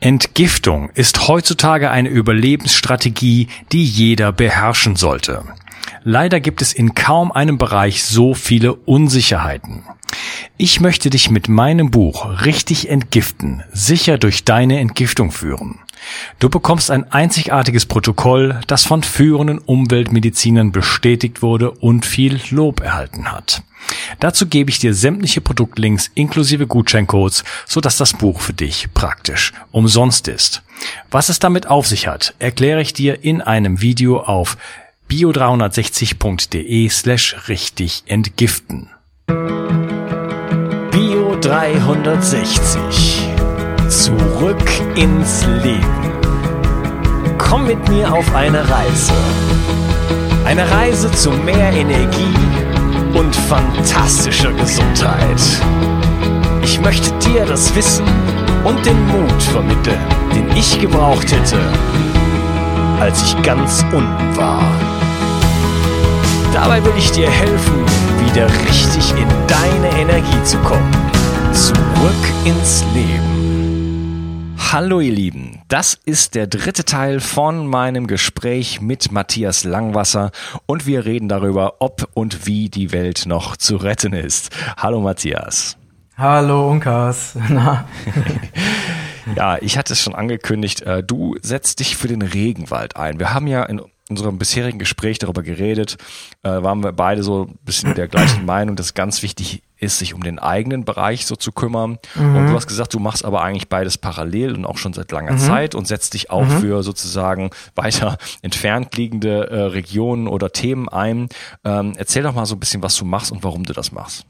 Entgiftung ist heutzutage eine Überlebensstrategie, die jeder beherrschen sollte. Leider gibt es in kaum einem Bereich so viele Unsicherheiten. Ich möchte dich mit meinem Buch Richtig entgiften sicher durch deine Entgiftung führen. Du bekommst ein einzigartiges Protokoll, das von führenden Umweltmedizinern bestätigt wurde und viel Lob erhalten hat. Dazu gebe ich dir sämtliche Produktlinks inklusive Gutscheincodes, sodass das Buch für dich praktisch umsonst ist. Was es damit auf sich hat, erkläre ich dir in einem Video auf bio360.de/richtig entgiften. Bio 360. Zurück ins Leben. Komm mit mir auf eine Reise. Eine Reise zu mehr Energie und fantastischer Gesundheit. Ich möchte dir das Wissen und den Mut vermitteln, den ich gebraucht hätte, als ich ganz unten war. Dabei will ich dir helfen, wieder richtig in deine Energie zu kommen. Zurück ins Leben. Hallo ihr Lieben, das ist der dritte Teil von meinem Gespräch mit Matthias Langwasser und wir reden darüber, ob und wie die Welt noch zu retten ist. Hallo Matthias. Hallo Unkas. Na? Ja, ich hatte es schon angekündigt, du setzt dich für den Regenwald ein. Wir haben ja in unserem bisherigen Gespräch darüber geredet, waren wir beide so ein bisschen der gleichen Meinung, dass ganz wichtig ist, sich um den eigenen Bereich so zu kümmern. Und du hast gesagt, du machst aber eigentlich beides parallel und auch schon seit langer Zeit und setzt dich auch für sozusagen weiter entfernt liegende Regionen oder Themen ein. Erzähl doch mal so ein bisschen, was du machst und warum du das machst.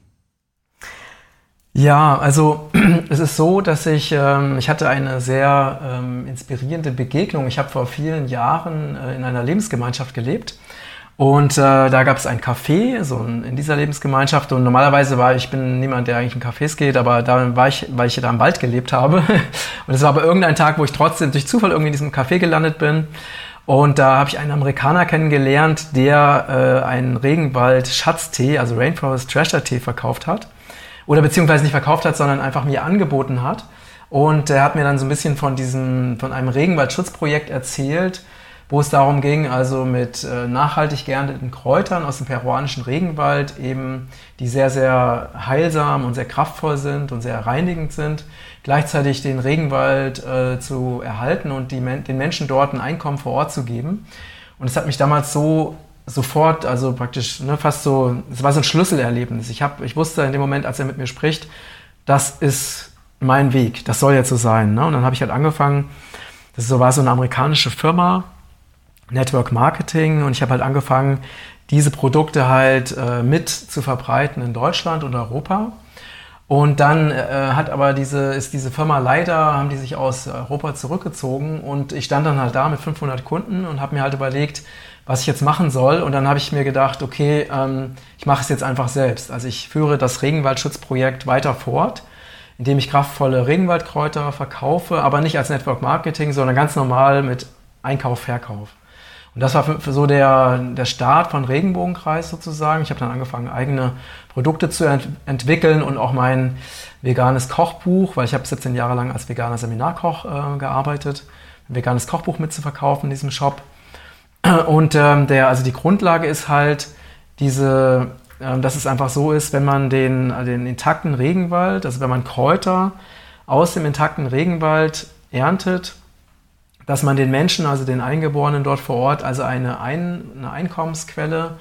Ja, also es ist so, dass ich hatte eine sehr inspirierende Begegnung. Ich habe vor vielen Jahren in einer Lebensgemeinschaft gelebt und da gab es ein Café in dieser Lebensgemeinschaft und normalerweise ich bin niemand, der eigentlich in Cafés geht, aber da war ich, weil ich da im Wald gelebt habe und es war aber irgendein Tag, wo ich trotzdem durch Zufall irgendwie in diesem Café gelandet bin. Und da habe ich einen Amerikaner kennengelernt, der einen Regenwald-Schatztee, also Rainforest Treasure Tee verkauft hat. Oder beziehungsweise nicht verkauft hat, sondern einfach mir angeboten hat. Und er hat mir dann so ein bisschen von einem Regenwaldschutzprojekt erzählt, wo es darum ging, also mit nachhaltig geernteten Kräutern aus dem peruanischen Regenwald eben, die sehr, sehr heilsam und sehr kraftvoll sind und sehr reinigend sind, gleichzeitig den Regenwald zu erhalten und den Menschen dort ein Einkommen vor Ort zu geben. Und es hat mich damals sofort, also praktisch, fast so, es war so ein Schlüsselerlebnis. Ich wusste in dem Moment, als er mit mir spricht, das ist mein Weg, das soll jetzt so sein. Ne? Und dann habe ich halt angefangen, war so eine amerikanische Firma, Network Marketing, und ich habe halt angefangen, diese Produkte halt mit zu verbreiten in Deutschland und Europa. Und dann ist diese Firma leider, haben die sich aus Europa zurückgezogen und ich stand dann halt da mit 500 Kunden und habe mir halt überlegt, was ich jetzt machen soll. Und dann habe ich mir gedacht, okay, ich mache es jetzt einfach selbst. Also ich führe das Regenwaldschutzprojekt weiter fort, indem ich kraftvolle Regenwaldkräuter verkaufe, aber nicht als Network Marketing, sondern ganz normal mit Einkauf, Verkauf. Und das war so der Start von Regenbogenkreis sozusagen. Ich habe dann angefangen, eigene Produkte zu entwickeln und auch mein veganes Kochbuch, weil ich habe 17 Jahre lang als veganer Seminarkoch gearbeitet, ein veganes Kochbuch mitzuverkaufen in diesem Shop. Und die Grundlage ist halt dass es einfach so ist, wenn man den intakten Regenwald, also wenn man Kräuter aus dem intakten Regenwald erntet, dass man den Menschen, also den Eingeborenen dort vor Ort, also eine Einkommensquelle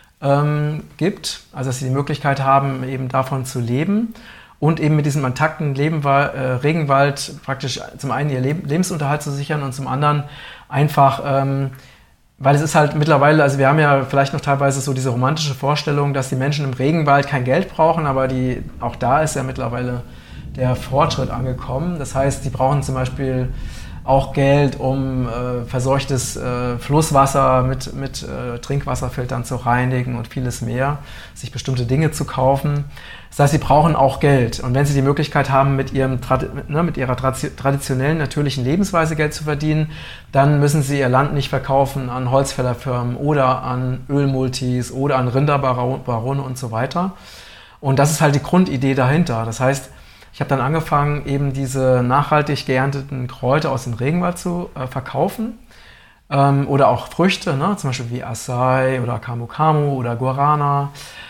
gibt, also dass sie die Möglichkeit haben, eben davon zu leben und eben mit diesem intakten Regenwald praktisch zum einen ihr Lebensunterhalt zu sichern und zum anderen einfach weil es ist halt mittlerweile, also wir haben ja vielleicht noch teilweise so diese romantische Vorstellung, dass die Menschen im Regenwald kein Geld brauchen, aber auch da ist ja mittlerweile der Fortschritt angekommen. Das heißt, die brauchen zum Beispiel auch Geld, um verseuchtes Flusswasser mit Trinkwasserfiltern zu reinigen und vieles mehr, sich bestimmte Dinge zu kaufen. Das heißt, sie brauchen auch Geld. Und wenn sie die Möglichkeit haben, mit ihrer traditionellen, natürlichen Lebensweise Geld zu verdienen, dann müssen sie ihr Land nicht verkaufen an Holzfällerfirmen oder an Ölmultis oder an Rinderbarone und so weiter. Und das ist halt die Grundidee dahinter. Das heißt, Ich habe dann angefangen, eben diese nachhaltig geernteten Kräuter aus dem Regenwald zu verkaufen. Oder auch Früchte, ne? Zum Beispiel wie Acai oder Camu Camu oder Guarana.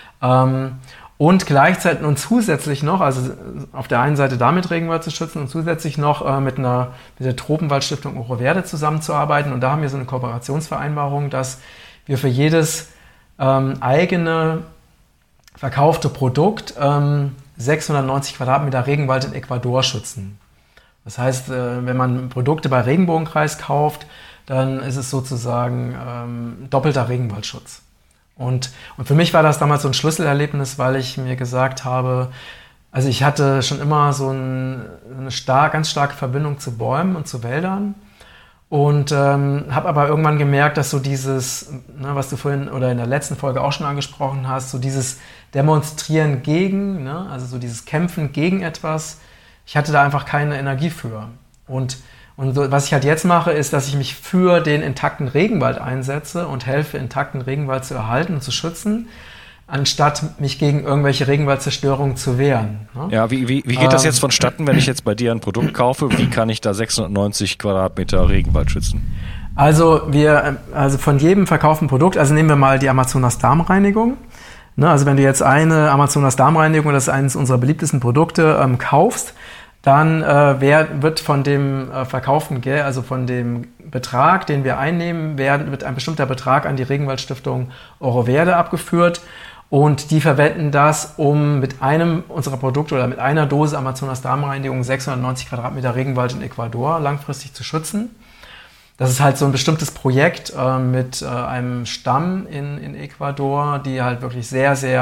Und gleichzeitig und zusätzlich noch, also auf der einen Seite damit Regenwald zu schützen und zusätzlich noch mit der Tropenwaldstiftung Oro Verde zusammenzuarbeiten. Und da haben wir so eine Kooperationsvereinbarung, dass wir für jedes eigene verkaufte Produkt 690 Quadratmeter Regenwald in Ecuador schützen. Das heißt, wenn man Produkte bei Regenbogenkreis kauft, dann ist es sozusagen doppelter Regenwaldschutz. Und für mich war das damals so ein Schlüsselerlebnis, weil ich mir gesagt habe, also ich hatte schon immer so eine ganz starke Verbindung zu Bäumen und zu Wäldern und habe aber irgendwann gemerkt, dass so dieses, ne, was du vorhin oder in der letzten Folge auch schon angesprochen hast, so dieses Demonstrieren gegen, ne, also so dieses Kämpfen gegen etwas, ich hatte da einfach keine Energie für. Und so, was ich halt jetzt mache, ist, dass ich mich für den intakten Regenwald einsetze und helfe, intakten Regenwald zu erhalten und zu schützen, anstatt mich gegen irgendwelche Regenwaldzerstörungen zu wehren. Ne? Ja, wie geht das jetzt vonstatten, wenn ich jetzt bei dir ein Produkt kaufe? Wie kann ich da 690 Quadratmeter Regenwald schützen? Also von jedem verkauften Produkt, also nehmen wir mal die Amazonas Darmreinigung. Ne, also wenn du jetzt eine Amazonas Darmreinigung, das ist eines unserer beliebtesten Produkte, kaufst, dann wird von dem verkauften Geld, also von dem Betrag, den wir einnehmen, wird ein bestimmter Betrag an die Regenwaldstiftung Oro Verde abgeführt und die verwenden das, um mit einem unserer Produkte oder mit einer Dose Amazonas Darmreinigung 690 Quadratmeter Regenwald in Ecuador langfristig zu schützen. Das ist halt so ein bestimmtes Projekt mit einem Stamm in Ecuador, die halt wirklich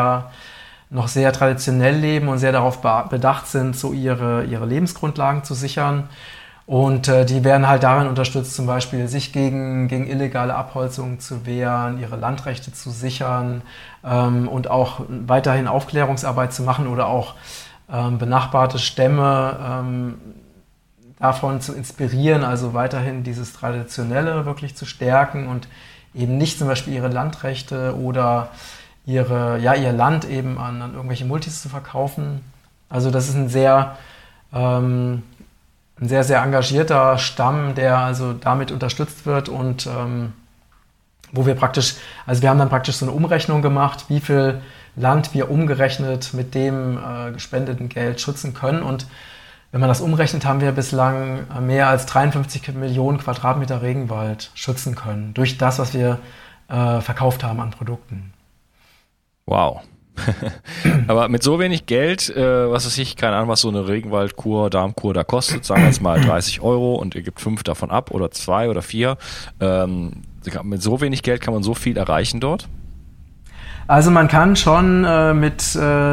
noch sehr traditionell leben und sehr darauf bedacht sind, so ihre Lebensgrundlagen zu sichern. Und die werden halt darin unterstützt, zum Beispiel sich gegen illegale Abholzung zu wehren, ihre Landrechte zu sichern und auch weiterhin Aufklärungsarbeit zu machen oder auch benachbarte Stämme davon zu inspirieren, also weiterhin dieses Traditionelle wirklich zu stärken und eben nicht zum Beispiel ihre Landrechte oder ihr Land eben an irgendwelche Multis zu verkaufen. Also das ist ein sehr, sehr engagierter Stamm, der also damit unterstützt wird und wo wir haben dann praktisch so eine Umrechnung gemacht, wie viel Land wir umgerechnet mit dem gespendeten Geld schützen können. Und wenn man das umrechnet, haben wir bislang mehr als 53 Millionen Quadratmeter Regenwald schützen können durch das, was wir verkauft haben an Produkten. Wow. Aber mit so wenig Geld, was weiß ich, keine Ahnung, was so eine Regenwaldkur, Darmkur da kostet, sagen wir jetzt mal 30 Euro und ihr gebt 5 davon ab oder 2 oder 4. Mit so wenig Geld kann man so viel erreichen dort? Also man kann schon mit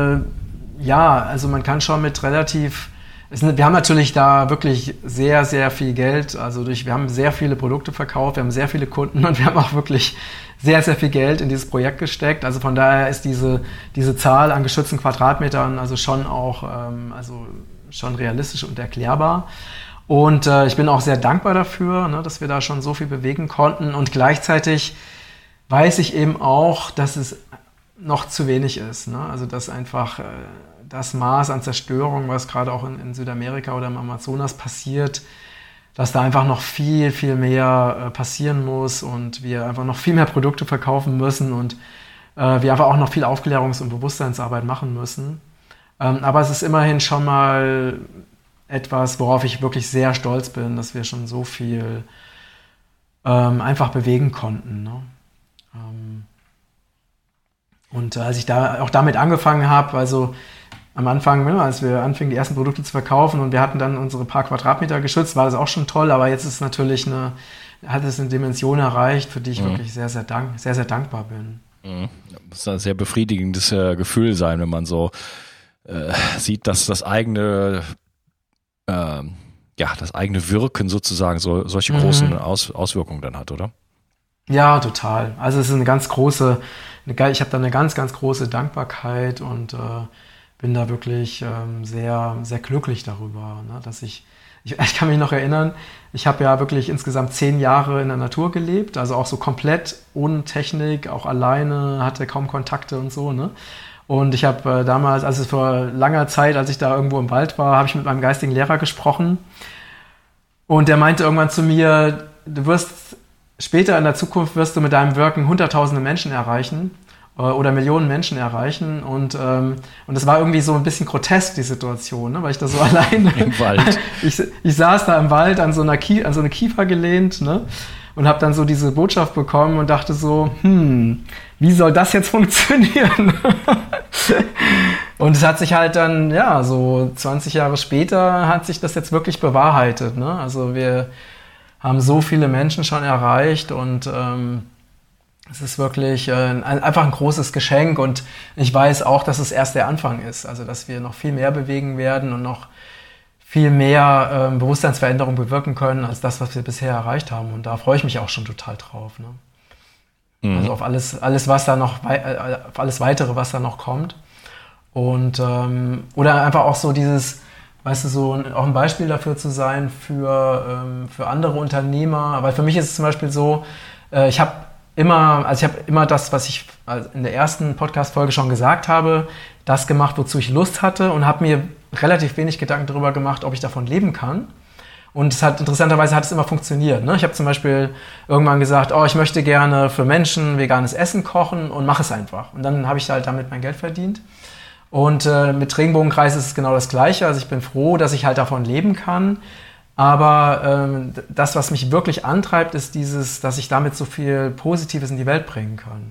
relativ... Wir haben natürlich da wirklich sehr, sehr viel Geld, wir haben sehr viele Produkte verkauft, wir haben sehr viele Kunden und wir haben auch wirklich sehr, sehr viel Geld in dieses Projekt gesteckt. Also von daher ist diese Zahl an geschützten Quadratmetern also schon auch schon realistisch und erklärbar. Und ich bin auch sehr dankbar dafür, ne, dass wir da schon so viel bewegen konnten. Und gleichzeitig weiß ich eben auch, dass es noch zu wenig ist. Ne? Also dass einfach das Maß an Zerstörung, was gerade auch in Südamerika oder im Amazonas passiert, dass da einfach noch viel, viel mehr passieren muss und wir einfach noch viel mehr Produkte verkaufen müssen und wir einfach auch noch viel Aufklärungs- und Bewusstseinsarbeit machen müssen. Aber es ist immerhin schon mal etwas, worauf ich wirklich sehr stolz bin, dass wir schon so viel einfach bewegen konnten. Ne? Und als ich da auch damit angefangen habe, also am Anfang, als wir anfingen, die ersten Produkte zu verkaufen und wir hatten dann unsere paar Quadratmeter geschützt, war das auch schon toll, aber jetzt ist natürlich hat es eine Dimension erreicht, für die ich wirklich sehr, sehr dankbar bin. Das ist ein sehr befriedigendes Gefühl sein, wenn man so sieht, dass das eigene Wirken sozusagen solche großen Auswirkungen dann hat, oder? Ja, total. Also es ist ich habe da eine ganz, ganz große Dankbarkeit und bin da wirklich sehr, sehr glücklich darüber, ne, dass ich kann mich noch erinnern, ich habe ja wirklich insgesamt 10 Jahre in der Natur gelebt, also auch so komplett ohne Technik, auch alleine, hatte kaum Kontakte und so, ne? Und ich habe damals, also vor langer Zeit, als ich da irgendwo im Wald war, habe ich mit meinem geistigen Lehrer gesprochen. Und der meinte irgendwann zu mir, du wirst später in der Zukunft wirst du mit deinem Wirken hunderttausende Menschen erreichen oder Millionen Menschen erreichen. Und das war irgendwie so ein bisschen grotesk, die Situation, ne? Weil ich da so alleine im Wald. Ich saß da im Wald an so eine Kiefer gelehnt, ne? Und habe dann so diese Botschaft bekommen und dachte so, wie soll das jetzt funktionieren? Und es hat sich halt dann, ja, so 20 Jahre später hat sich das jetzt wirklich bewahrheitet, ne? Also wir haben so viele Menschen schon erreicht und es ist wirklich einfach ein großes Geschenk und ich weiß auch, dass es erst der Anfang ist, also dass wir noch viel mehr bewegen werden und noch viel mehr Bewusstseinsveränderung bewirken können, als das, was wir bisher erreicht haben. Und da freue ich mich auch schon total drauf. Ne? Also auf alles was da noch, auf alles Weitere, was da noch kommt. Und oder einfach auch so dieses, weißt du, so auch ein Beispiel dafür zu sein für andere Unternehmer. Weil für mich ist es zum Beispiel so, ich habe immer das, was ich in der ersten Podcast-Folge schon gesagt habe, das gemacht, wozu ich Lust hatte und habe mir relativ wenig Gedanken darüber gemacht, ob ich davon leben kann. Und interessanterweise hat es immer funktioniert. Ne? Ich habe zum Beispiel irgendwann gesagt, ich möchte gerne für Menschen veganes Essen kochen und mache es einfach. Und dann habe ich halt damit mein Geld verdient. Und mit Regenbogenkreis ist es genau das Gleiche. Also ich bin froh, dass ich halt davon leben kann. Aber das, was mich wirklich antreibt, ist dieses, dass ich damit so viel Positives in die Welt bringen kann.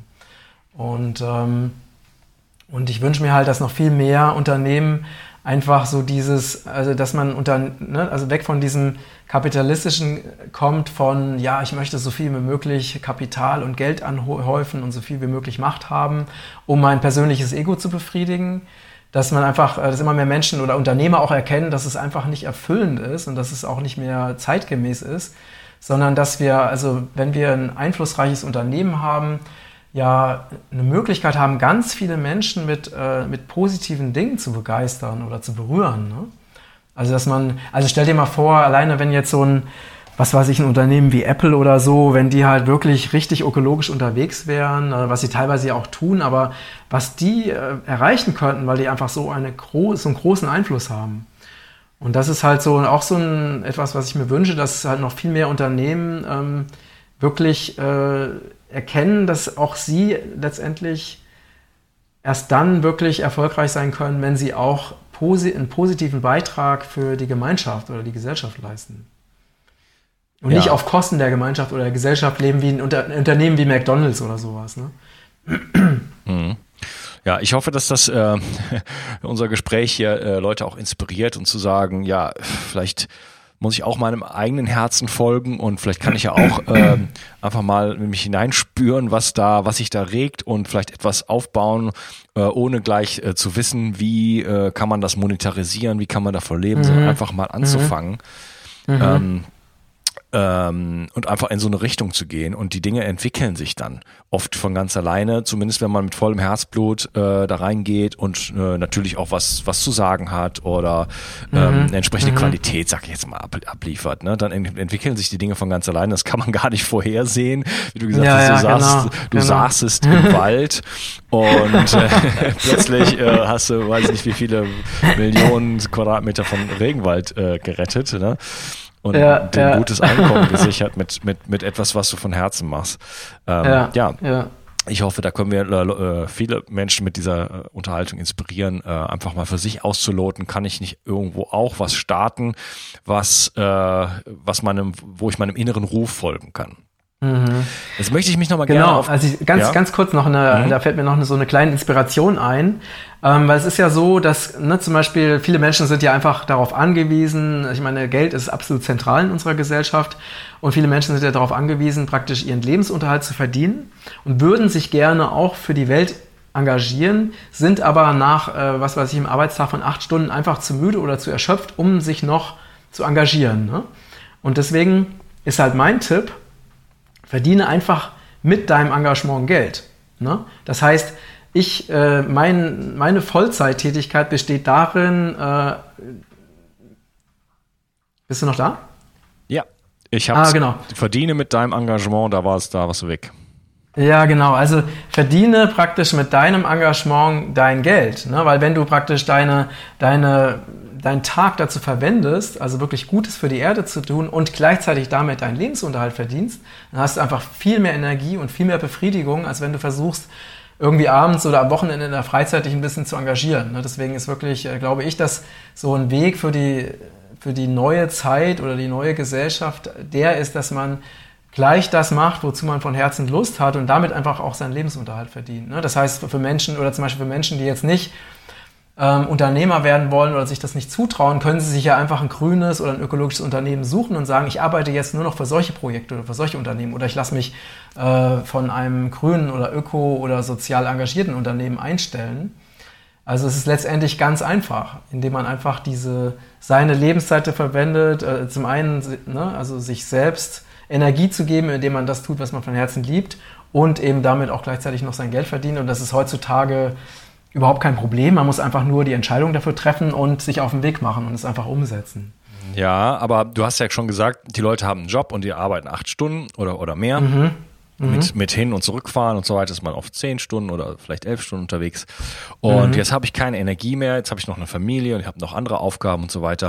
Und ich wünsche mir halt, dass noch viel mehr Unternehmen einfach so dieses, also dass man also weg von diesem kapitalistischen kommt von, ja, ich möchte so viel wie möglich Kapital und Geld anhäufen und so viel wie möglich Macht haben, um mein persönliches Ego zu befriedigen. Dass man einfach, dass immer mehr Menschen oder Unternehmer auch erkennen, dass es einfach nicht erfüllend ist und dass es auch nicht mehr zeitgemäß ist, sondern dass wir, also wenn wir ein einflussreiches Unternehmen haben, ja eine Möglichkeit haben, ganz viele Menschen mit positiven Dingen zu begeistern oder zu berühren. Ne? Also stell dir mal vor, alleine wenn jetzt so ein Unternehmen wie Apple oder so, wenn die halt wirklich richtig ökologisch unterwegs wären, was sie teilweise ja auch tun, aber was die erreichen könnten, weil die einfach so einen großen Einfluss haben. Und das ist halt so auch so etwas, was ich mir wünsche, dass halt noch viel mehr Unternehmen wirklich erkennen, dass auch sie letztendlich erst dann wirklich erfolgreich sein können, wenn sie auch einen positiven Beitrag für die Gemeinschaft oder die Gesellschaft leisten. Und nicht auf Kosten der Gemeinschaft oder der Gesellschaft leben wie ein Unternehmen wie McDonald's oder sowas. Ne? Mhm. Ja, ich hoffe, dass das unser Gespräch hier Leute auch inspiriert und zu sagen, ja, vielleicht muss ich auch meinem eigenen Herzen folgen und vielleicht kann ich ja auch einfach mal in mich hineinspüren, was sich da regt und vielleicht etwas aufbauen, ohne gleich zu wissen, wie kann man das monetarisieren, wie kann man davon leben, sondern einfach mal anzufangen. Und einfach in so eine Richtung zu gehen und die Dinge entwickeln sich dann oft von ganz alleine, zumindest wenn man mit vollem Herzblut da reingeht und natürlich auch was zu sagen hat oder eine entsprechende Qualität, sag ich jetzt mal, abliefert. Ne? Dann entwickeln sich die Dinge von ganz alleine, das kann man gar nicht vorhersehen. Wie du gesagt hast, du saßest im Wald und plötzlich hast du, weiß nicht wie viele Millionen Quadratmeter von Regenwald gerettet, ne? Und dir ein gutes Einkommen gesichert mit etwas, was du von Herzen machst. Ich hoffe, da können wir viele Menschen mit dieser Unterhaltung inspirieren, einfach mal für sich auszuloten, kann ich nicht irgendwo auch was starten, wo ich meinem inneren Ruf folgen kann. Jetzt möchte ich mich nochmal gerne ganz kurz noch da fällt mir noch so eine kleine Inspiration ein, weil es ist ja so, dass zum Beispiel viele Menschen sind ja einfach darauf angewiesen, ich meine, Geld ist absolut zentral in unserer Gesellschaft und viele Menschen sind ja darauf angewiesen, praktisch ihren Lebensunterhalt zu verdienen und würden sich gerne auch für die Welt engagieren, sind aber nach, im Arbeitstag von 8 Stunden einfach zu müde oder zu erschöpft, um sich noch zu engagieren. Ne? Und deswegen ist halt mein Tipp, verdiene einfach mit deinem Engagement Geld. Ne? Das heißt, meine Vollzeittätigkeit besteht darin, bist du noch da? Ja, ich genau. verdiene mit deinem Engagement, da warst du weg. Ja, genau. Also verdiene praktisch mit deinem Engagement dein Geld, ne? Weil wenn du praktisch deinen Tag dazu verwendest, also wirklich Gutes für die Erde zu tun und gleichzeitig damit deinen Lebensunterhalt verdienst, dann hast du einfach viel mehr Energie und viel mehr Befriedigung, als wenn du versuchst, irgendwie abends oder am Wochenende in der Freizeit dich ein bisschen zu engagieren. Ne? Deswegen ist wirklich, glaube ich, dass so ein Weg für die neue Zeit oder die neue Gesellschaft der ist, dass man gleich das macht, wozu man von Herzen Lust hat und damit einfach auch seinen Lebensunterhalt verdient. Ne? Das heißt, für Menschen oder zum Beispiel für Menschen, die jetzt nicht Unternehmer werden wollen oder sich das nicht zutrauen, können sie sich ja einfach ein grünes oder ein ökologisches Unternehmen suchen und sagen, ich arbeite jetzt nur noch für solche Projekte oder für solche Unternehmen oder ich lasse mich von einem grünen oder öko- oder sozial engagierten Unternehmen einstellen. Also es ist letztendlich ganz einfach, indem man einfach seine Lebenszeit verwendet, zum einen, ne, also sich selbst Energie zu geben, indem man das tut, was man von Herzen liebt und eben damit auch gleichzeitig noch sein Geld verdient. Und das ist heutzutage überhaupt kein Problem. Man muss einfach nur die Entscheidung dafür treffen und sich auf den Weg machen und es einfach umsetzen. Ja, aber du hast ja schon gesagt, die Leute haben einen Job und die arbeiten 8 Stunden oder mehr. Mit hin- und zurückfahren und so weiter ist man oft 10 Stunden oder vielleicht 11 Stunden unterwegs. Und jetzt habe ich keine Energie mehr, jetzt habe ich noch eine Familie und ich habe noch andere Aufgaben und so weiter.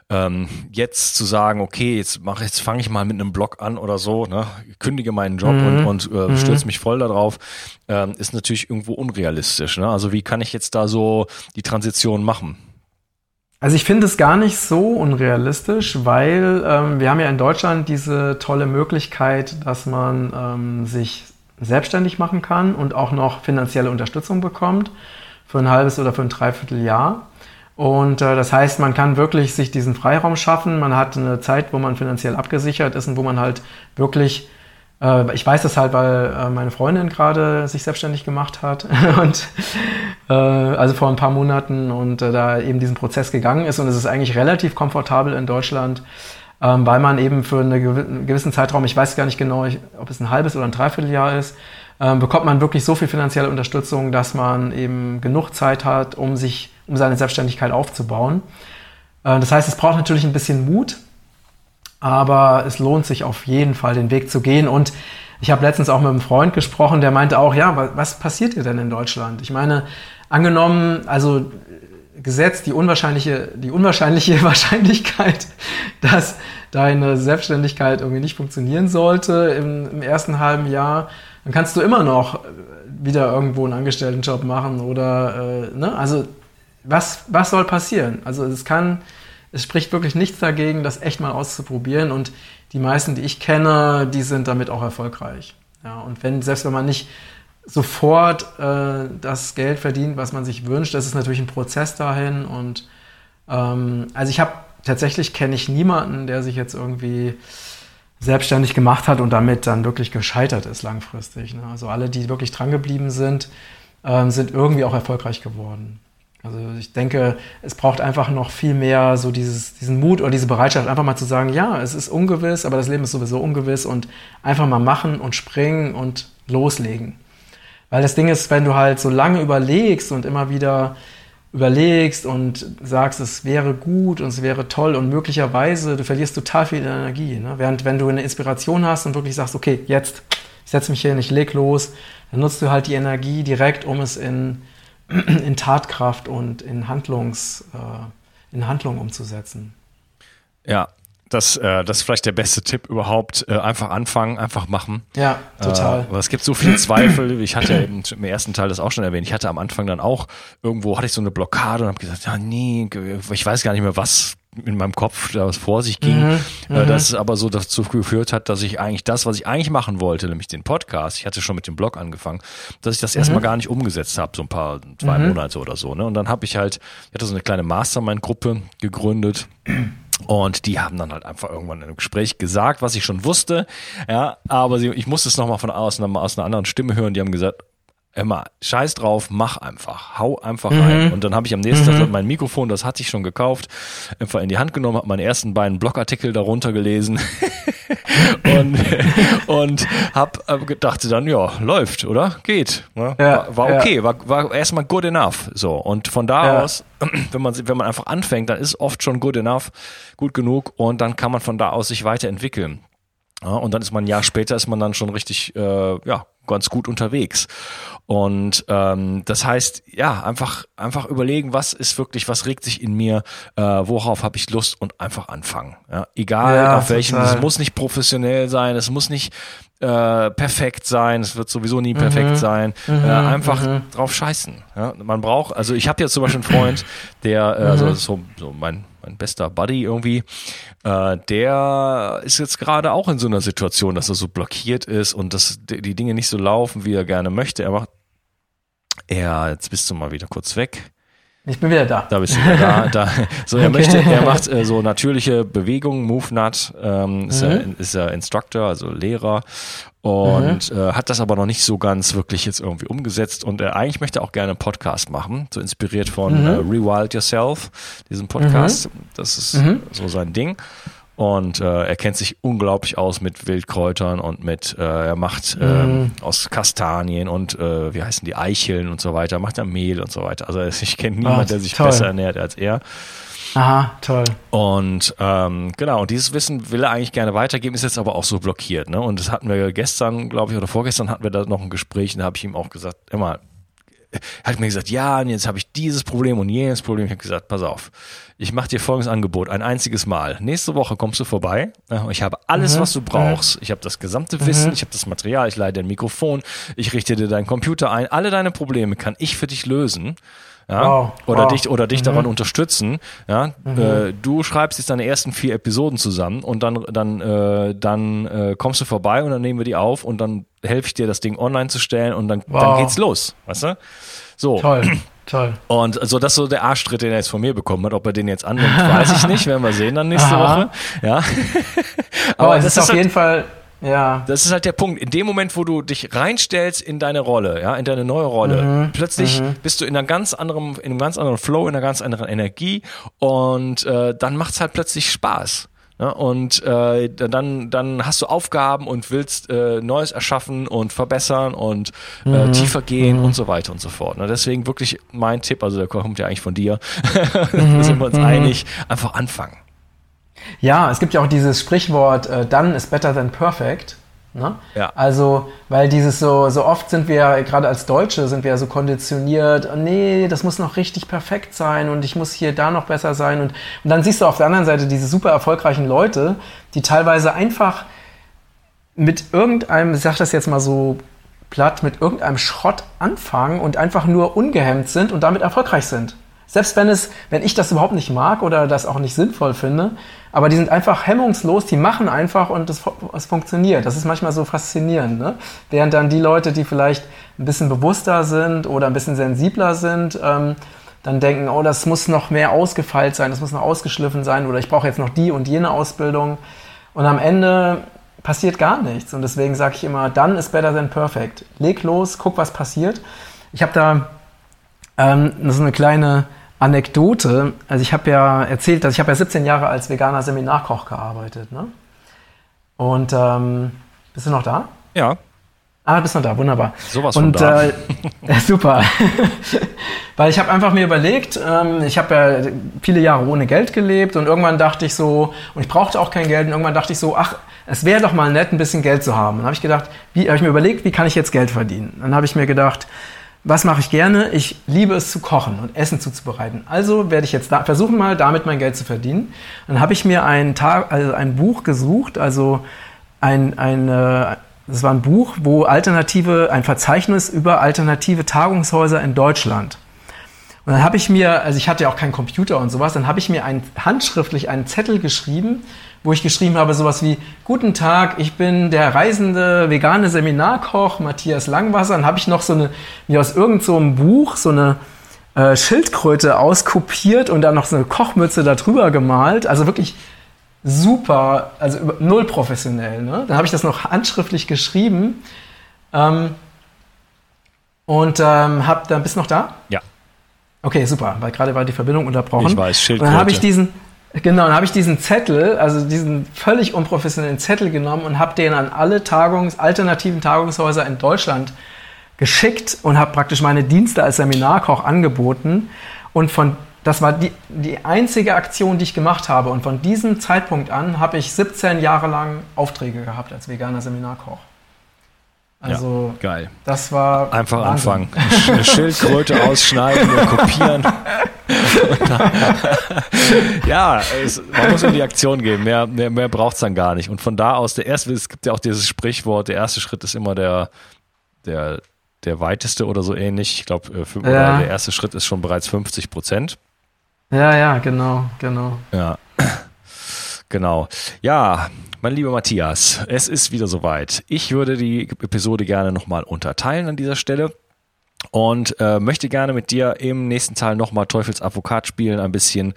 Jetzt zu sagen, okay, jetzt fange ich mal mit einem Blog an oder so, ne? Kündige meinen Job und stürze mich voll da drauf, ist natürlich irgendwo unrealistisch. Ne? Also wie kann ich jetzt da so die Transition machen? Also ich finde es gar nicht so unrealistisch, weil wir haben ja in Deutschland diese tolle Möglichkeit, dass man sich selbstständig machen kann und auch noch finanzielle Unterstützung bekommt für ein halbes oder für ein Dreivierteljahr. Und das heißt, man kann wirklich sich diesen Freiraum schaffen. Man hat eine Zeit, wo man finanziell abgesichert ist und wo man halt wirklich, ich weiß das halt, weil meine Freundin gerade sich selbstständig gemacht hat und also vor ein paar Monaten und da eben diesen Prozess gegangen ist und es ist eigentlich relativ komfortabel in Deutschland, weil man eben für einen gewissen Zeitraum, ich weiß gar nicht genau, ob es ein halbes oder ein Dreivierteljahr ist, bekommt man wirklich so viel finanzielle Unterstützung, dass man eben genug Zeit hat, um seine Selbstständigkeit aufzubauen. Das heißt, es braucht natürlich ein bisschen Mut, aber es lohnt sich auf jeden Fall, den Weg zu gehen. Und ich habe letztens auch mit einem Freund gesprochen, der meinte auch, ja, was passiert hier denn in Deutschland? Ich meine, angenommen, also gesetzt die unwahrscheinliche Wahrscheinlichkeit, dass deine Selbstständigkeit irgendwie nicht funktionieren sollte im ersten halben Jahr, dann kannst du immer noch wieder irgendwo einen Angestelltenjob machen oder, ne? Also was soll passieren? Also es spricht wirklich nichts dagegen, das echt mal auszuprobieren und die meisten, die ich kenne, die sind damit auch erfolgreich. Ja, und selbst wenn man nicht sofort das Geld verdient, was man sich wünscht, das ist natürlich ein Prozess dahin und also kenne ich niemanden, der sich jetzt irgendwie selbstständig gemacht hat und damit dann wirklich gescheitert ist langfristig. Ne? Also alle, die wirklich drangeblieben sind, sind irgendwie auch erfolgreich geworden. Also ich denke, es braucht einfach noch viel mehr so diesen Mut oder diese Bereitschaft, einfach mal zu sagen, ja, es ist ungewiss, aber das Leben ist sowieso ungewiss und einfach mal machen und springen und loslegen. Weil das Ding ist, wenn du halt so lange überlegst und immer wieder überlegst und sagst, es wäre gut und es wäre toll und möglicherweise, du verlierst total viel Energie. Ne? Während wenn du eine Inspiration hast und wirklich sagst, okay, jetzt, ich setze mich hin, ich leg los, dann nutzt du halt die Energie direkt, um es in Tatkraft und in Handlung umzusetzen. Ja, das ist vielleicht der beste Tipp überhaupt. Einfach anfangen, einfach machen. Ja, total. Weil es gibt so viele Zweifel. Ich hatte ja eben im ersten Teil das auch schon erwähnt. Ich hatte am Anfang dann auch, irgendwo hatte ich so eine Blockade und habe gesagt, ja nee, ich weiß gar nicht mehr, was in meinem Kopf da was vor sich ging. Das aber so dazu geführt hat, dass ich eigentlich das, was ich eigentlich machen wollte, nämlich den Podcast, ich hatte schon mit dem Blog angefangen, dass ich das erstmal gar nicht umgesetzt habe, so 2 Monate oder so. Ne? Und dann ich hatte so eine kleine Mastermind-Gruppe gegründet. Und die haben dann halt einfach irgendwann in einem Gespräch gesagt, was ich schon wusste, ja, aber ich musste es nochmal aus einer anderen Stimme hören, die haben gesagt, immer scheiß drauf, mach einfach, hau einfach rein. Und dann habe ich am nächsten Tag mein Mikrofon, das hatte ich schon gekauft, einfach in die Hand genommen, habe meine ersten beiden Blogartikel darunter gelesen und dachte dann, ja, läuft, oder? Geht. Ne? Ja, war okay, ja. War erstmal good enough. So. Und von da aus, wenn man einfach anfängt, dann ist oft schon good enough, gut genug und dann kann man von da aus sich weiterentwickeln. Ja, und dann ist man ein Jahr später, ist man dann schon richtig ganz gut unterwegs. Und das heißt, ja, einfach überlegen, was regt sich in mir, worauf habe ich Lust und einfach anfangen. Ja, egal auf welchem, es muss nicht professionell sein, es muss nicht perfekt sein, es wird sowieso nie perfekt sein, einfach drauf scheißen. Ja, man braucht, also ich habe jetzt zum Beispiel einen Freund, der, so mein bester Buddy irgendwie, der ist jetzt gerade auch in so einer Situation, dass er so blockiert ist und dass die Dinge nicht so laufen, wie er gerne möchte. Jetzt bist du mal wieder kurz weg. Ich bin wieder da. Da bist du wieder da. So, er macht so natürliche Bewegungen, MoveNut, ist er Instructor, also Lehrer und hat das aber noch nicht so ganz wirklich jetzt irgendwie umgesetzt und eigentlich möchte er auch gerne einen Podcast machen, so inspiriert von Rewild Yourself, diesem Podcast. Das ist so sein Ding. Und er kennt sich unglaublich aus mit Wildkräutern und er macht aus Kastanien und wie heißen die, Eicheln und so weiter, macht er Mehl und so weiter. Also ich kenne niemanden, der sich besser ernährt als er. Aha, toll. Und genau, und dieses Wissen will er eigentlich gerne weitergeben, ist jetzt aber auch so blockiert. Ne? Und das hatten wir gestern, glaube ich, oder vorgestern hatten wir da noch ein Gespräch und da habe ich ihm auch gesagt, immer, hat mir gesagt, ja, und jetzt habe ich dieses Problem und jenes Problem. Ich habe gesagt, pass auf, ich mache dir folgendes Angebot, ein einziges Mal. Nächste Woche kommst du vorbei. Ich habe alles, was du brauchst. Ich habe das gesamte Wissen, ich habe das Material, ich leihe dir ein Mikrofon, ich richte dir deinen Computer ein. Alle deine Probleme kann ich für dich lösen. Ja, oder dich daran unterstützen. Ja, du schreibst jetzt deine ersten 4 Episoden zusammen und dann kommst du vorbei und dann nehmen wir die auf und dann helfe ich dir, das Ding online zu stellen und dann geht's los, weißt du? So. Toll. Und so, das ist so der Arschtritt, den er jetzt von mir bekommen hat. Ob er den jetzt annimmt, weiß ich nicht. Werden wir sehen dann nächste Woche. Ja. Aber das ist auf jeden Fall. Ja. Das ist halt der Punkt. In dem Moment, wo du dich reinstellst in deine Rolle, ja, in deine neue Rolle, plötzlich bist du in einem ganz anderen Flow, in einer ganz anderen Energie und dann macht's halt plötzlich Spaß. Ja, und dann hast du Aufgaben und willst Neues erschaffen und verbessern und tiefer gehen und so weiter und so fort. Ne? Deswegen wirklich mein Tipp, also der kommt ja eigentlich von dir, da sind wir uns einig, einfach anfangen. Ja, es gibt ja auch dieses Sprichwort, done is better than perfect. Ne? Ja. Also, weil dieses so oft sind wir, gerade als Deutsche, sind wir ja so konditioniert, oh nee, das muss noch richtig perfekt sein und ich muss hier da noch besser sein. Und dann siehst du auf der anderen Seite diese super erfolgreichen Leute, die teilweise einfach mit irgendeinem, ich sag das jetzt mal so platt, mit irgendeinem Schrott anfangen und einfach nur ungehemmt sind und damit erfolgreich sind. Selbst wenn ich das überhaupt nicht mag oder das auch nicht sinnvoll finde, aber die sind einfach hemmungslos, die machen einfach und es funktioniert. Das ist manchmal so faszinierend, ne? Während dann die Leute, die vielleicht ein bisschen bewusster sind oder ein bisschen sensibler sind, dann denken, oh, das muss noch mehr ausgefeilt sein, das muss noch ausgeschliffen sein oder ich brauche jetzt noch die und jene Ausbildung. Und am Ende passiert gar nichts. Und deswegen sage ich immer, done is better than perfect. Leg los, guck, was passiert. Ich habe da so eine kleine Anekdote. Also ich habe ja erzählt, dass ich habe ja 17 Jahre als veganer Seminarkoch gearbeitet. Ne? Und bist du noch da? Ja. Bist noch da, wunderbar. Sowas von da. Super. Weil ich habe einfach mir überlegt, ich habe ja viele Jahre ohne Geld gelebt und irgendwann dachte ich so, und ich brauchte auch kein Geld, und irgendwann dachte ich so, ach, es wäre doch mal nett, ein bisschen Geld zu haben. Dann habe ich mir überlegt, wie kann ich jetzt Geld verdienen? Dann habe ich mir gedacht, was mache ich gerne? Ich liebe es zu kochen und Essen zuzubereiten. Also werde ich jetzt versuchen, mal damit mein Geld zu verdienen. Dann habe ich mir ein Buch gesucht, also das war ein Buch, wo ein Verzeichnis über alternative Tagungshäuser in Deutschland. Und dann habe ich mir, also ich hatte ja auch keinen Computer und sowas, dann habe ich mir handschriftlich einen Zettel geschrieben, wo ich geschrieben habe sowas wie, guten Tag, ich bin der reisende vegane Seminarkoch Matthias Langwasser. Dann habe ich noch mir aus irgend so einem Buch so eine Schildkröte auskopiert und dann noch so eine Kochmütze da drüber gemalt. Also wirklich super, also null professionell. Ne? Dann habe ich das noch handschriftlich geschrieben und bist du noch da? Ja. Okay, super, weil gerade war die Verbindung unterbrochen. Ich weiß, Schildkröte. Und dann habe ich diesen Zettel, also diesen völlig unprofessionellen Zettel genommen und habe den an alle alternativen Tagungshäuser in Deutschland geschickt und habe praktisch meine Dienste als Seminarkoch angeboten. Und das war die einzige Aktion, die ich gemacht habe. Und von diesem Zeitpunkt an habe ich 17 Jahre lang Aufträge gehabt als veganer Seminarkoch. Also ja, geil. Das war einfach Wahnsinn. Anfangen. Eine Schildkröte ausschneiden und kopieren. Und dann, ja, man muss in die Aktion gehen. Mehr braucht es dann gar nicht. Und von da aus, es gibt ja auch dieses Sprichwort, der erste Schritt ist immer der weiteste oder so ähnlich. Ich glaube, der erste Schritt ist schon bereits 50%. Ja, genau. Ja, genau. Ja, mein lieber Matthias, es ist wieder soweit. Ich würde die Episode gerne nochmal unterteilen an dieser Stelle und möchte gerne mit dir im nächsten Teil nochmal Teufelsadvokat spielen, ein bisschen.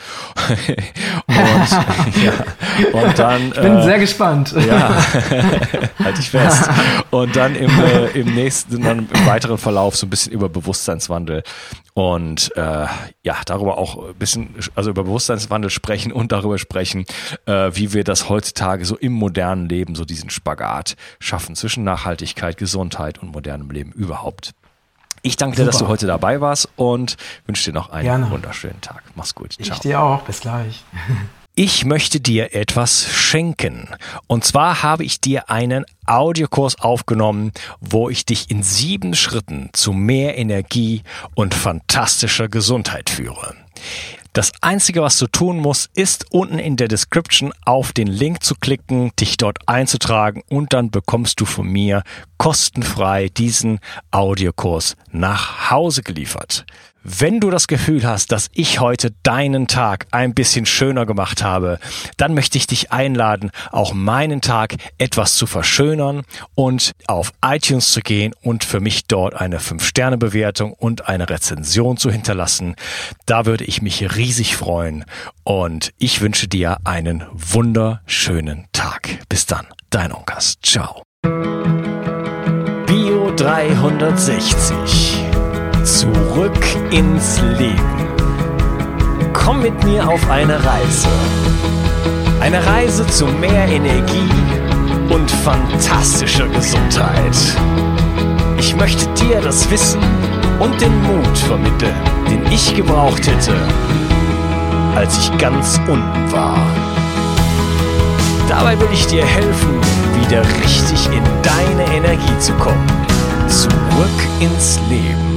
Und dann, ich bin sehr gespannt. Ja, halt dich fest. Und dann im weiteren Verlauf so ein bisschen über Bewusstseinswandel und darüber auch ein bisschen, also über Bewusstseinswandel sprechen und darüber sprechen, wie wir das heutzutage so im modernen Leben, so diesen Spagat schaffen zwischen Nachhaltigkeit, Gesundheit und modernem Leben überhaupt. Ich danke dir, dass du heute dabei warst und wünsche dir noch einen wunderschönen Tag. Mach's gut. Ciao. Ich dir auch. Bis gleich. Ich möchte dir etwas schenken. Und zwar habe ich dir einen Audiokurs aufgenommen, wo ich dich in 7 Schritten zu mehr Energie und fantastischer Gesundheit führe. Das Einzige, was du tun musst, ist unten in der Description auf den Link zu klicken, dich dort einzutragen und dann bekommst du von mir kostenfrei diesen Audiokurs nach Hause geliefert. Wenn du das Gefühl hast, dass ich heute deinen Tag ein bisschen schöner gemacht habe, dann möchte ich dich einladen, auch meinen Tag etwas zu verschönern und auf iTunes zu gehen und für mich dort eine 5-Sterne-Bewertung und eine Rezension zu hinterlassen. Da würde ich mich riesig freuen und ich wünsche dir einen wunderschönen Tag. Bis dann, dein Onkas. Ciao. Bio 360. Zurück ins Leben. Komm mit mir auf eine Reise. Eine Reise zu mehr Energie und fantastischer Gesundheit. Ich möchte dir das Wissen und den Mut vermitteln, den ich gebraucht hätte, als ich ganz unten war. Dabei will ich dir helfen, wieder richtig in deine Energie zu kommen. Zurück ins Leben.